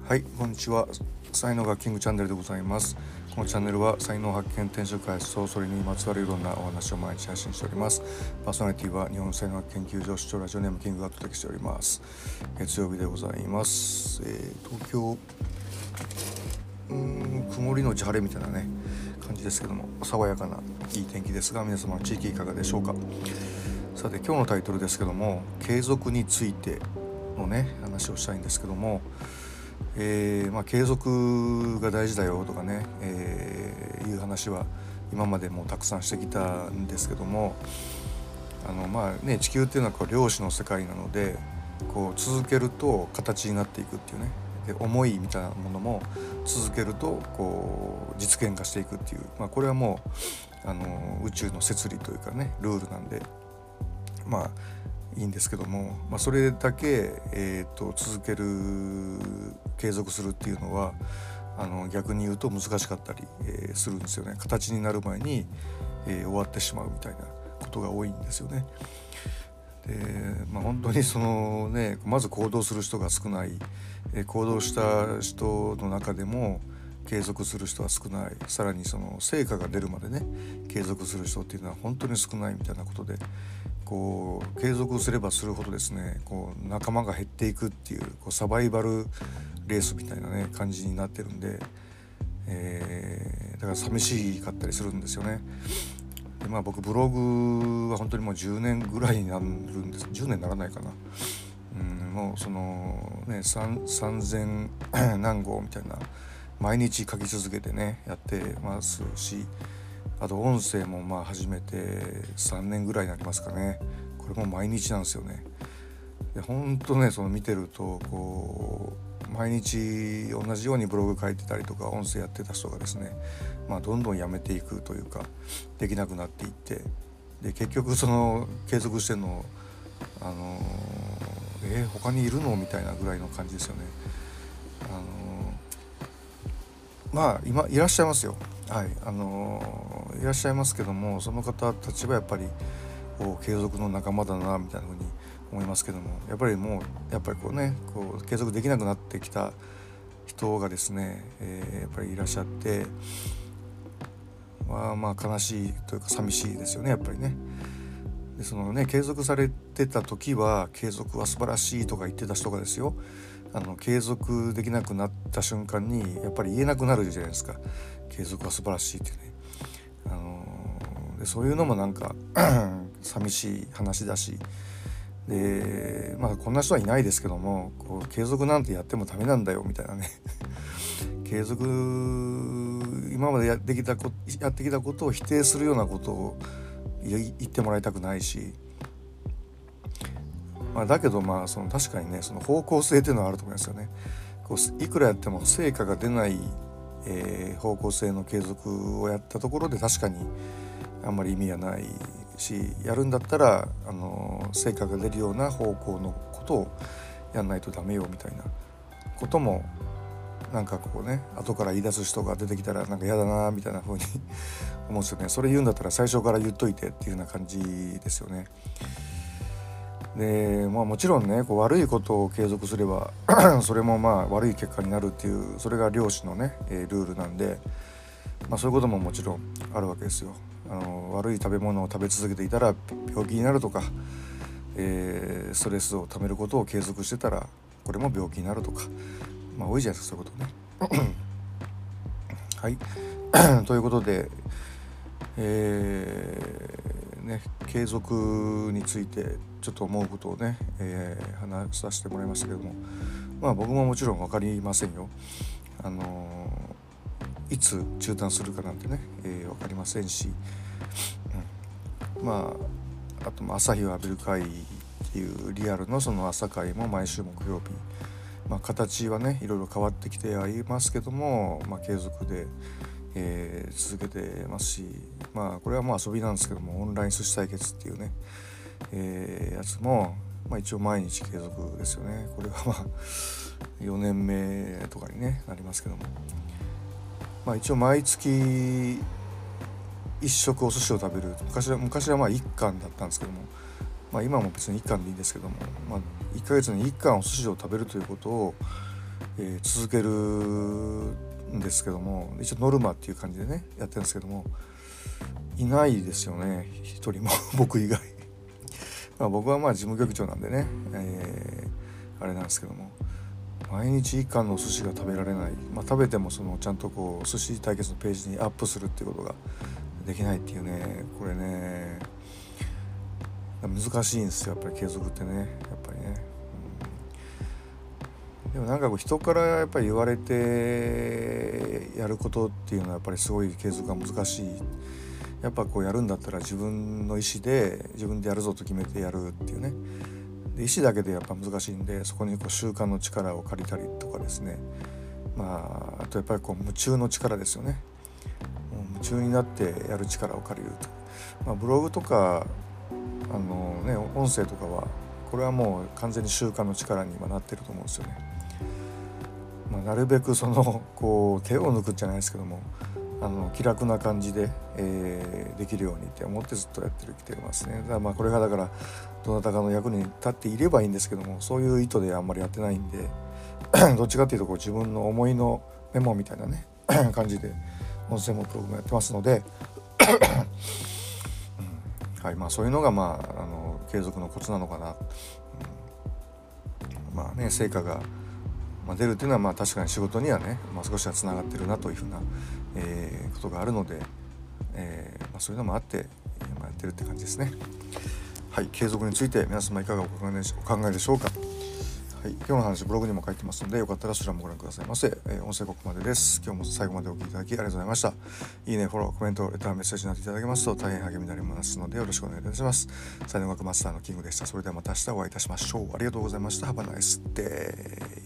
はい、こんにちは。才能がキングチャンネルでございます。このチャンネルは才能発見、転職開発とそれにまつわるいろんなお話を毎日配信しております。パーソナリティは日本才能学研究所主張ラジオネームキングがお届けしております。月曜日でございます。東京曇りのち晴れみたいなね感じですけども、爽やかないい天気ですが、皆様の地域いかがでしょうか。さて、今日のタイトルですけども、継続についてのね話をしたいんですけども、継続が大事だよとかね、いう話は今までもたくさんしてきたんですけども、地球っていうのは量子の世界なので、続けると形になっていくっていうね、で思いみたいなものも続けると実現化していくっていう、これはもう宇宙の摂理というかねルールなんでいいんですけども、それだけ、続ける継続するっていうのは逆に言うと難しかったり、するんですよね。形になる前に、終わってしまうみたいなことが多いんですよね。で、本当にまず行動する人が少ない、行動した人の中でも継続する人は少ない、さらにその成果が出るまでね継続する人っていうのは本当に少ないみたいなことで、継続すればするほどですね仲間が減っていくっていう、サバイバルレースみたいなね感じになってるんで、だから寂しかったりするんですよね。で僕ブログは本当にもう10年ぐらいになるんです。10年ならないかな。もう3000何号みたいな毎日書き続けてねやってますし、あと音声も始めて3年ぐらいになりますかね。これも毎日なんですよね。で本当ね見てると毎日同じようにブログ書いてたりとか音声やってた人がですね、どんどんやめていくというかできなくなっていって、で結局継続してんの他にいるのみたいなぐらいの感じですよね。今いらっしゃいますよ。はい、いらっしゃいますけども、その方たちはやっぱり継続の仲間だなみたいな風に思いますけども、やっぱり継続できなくなってきた人がですね、やっぱりいらっしゃって、悲しいというか寂しいですよね、やっぱりね。で継続されてた時は継続は素晴らしいとか言ってた人がですよ、継続できなくなった瞬間にやっぱり言えなくなるじゃないですか。継続は素晴らしいってね。でそういうのも寂しい話だし、でこんな人はいないですけども、継続なんてやってもダメなんだよみたいなね継続今までやってきたことを否定するようなことを言ってもらいたくないし、だけど確かにね方向性っていうのはあると思いますよね。いくらやっても成果が出ない、方向性の継続をやったところで確かにあんまり意味はないし、やるんだったら成果が出るような方向のことをやんないとダメよみたいなことも後から言い出す人が出てきたら嫌だなみたいな風に思うんですよね。それ言うんだったら最初から言っといてっていうような感じですよね。でもちろんね悪いことを継続すればそれも悪い結果になるっていう、それが量子のね、ルールなんで、そういうことももちろんあるわけですよ。悪い食べ物を食べ続けていたら病気になるとか、ストレスをためることを継続してたらこれも病気になるとか、多いじゃないですか、そういうことねはいということで、継続についてちょっと思うことをね、話させてもらいましたけども、僕ももちろん分かりませんよ。いつ中断するかなんてね、分かりませんし、あと朝日を浴びる会っていうリアルのその朝会も毎週木曜日、形はねいろいろ変わってきてはいますけども、継続で、続けてますし、これは遊びなんですけども、オンライン寿司対決っていうね、やつも、一応毎日継続ですよね。これは4年目とかに、なりますけども、一応毎月1食お寿司を食べる。昔は1貫だったんですけども、今も別に1貫でいいんですけども、1ヶ月に1貫お寿司を食べるということを続けるんですけども、一応ノルマっていう感じでねやってるんですけども、いないですよね一人も僕以外僕は事務局長なんでね、あれなんですけども、毎日1貫の寿司が食べられない、食べてもちゃんと寿司対決のページにアップするっていうことができないっていうね、これね難しいんですよやっぱり継続ってね、やっぱりね、でもなんか人からやっぱり言われてやることっていうのはやっぱりすごい継続が難しい。やっぱやるんだったら自分の意思で自分でやるぞと決めてやるっていうね。で意思だけでやっぱ難しいんで、そこに習慣の力を借りたりとかですね、あとやっぱり夢中の力ですよね。もう夢中になってやる力を借りると、ブログとか音声とかはこれはもう完全に習慣の力に今なってると思うんですよね。なるべく手を抜くじゃないですけども、気楽な感じで、できるようにって思ってずっとやってきてますね。だからこれがだからどなたかの役に立っていればいいんですけども、そういう意図であんまりやってないんでどっちかっていうと自分の思いのメモみたいなね感じで音声もブログもやってますのではい、そういうのが継続のコツなのかな。成果が出るっていうのは確かに仕事にはね、少しはつながってるなというふうな、ことがあるので、そういうのもあって、やってるって感じですね。はい、継続について皆様いかがお考えでしょうか。はい、今日の話ブログにも書いてますので、よかったらそちらもご覧くださいませ。音声ここまでです。今日も最後までお聞きいただきありがとうございました。いいね、フォロー、コメント、レター、メッセージなどいただけますと大変励みになりますのでよろしくお願いいたします。才能学マスターのキングでした。それではまた明日お会いいたしましょう。ありがとうございました。Have a nice day。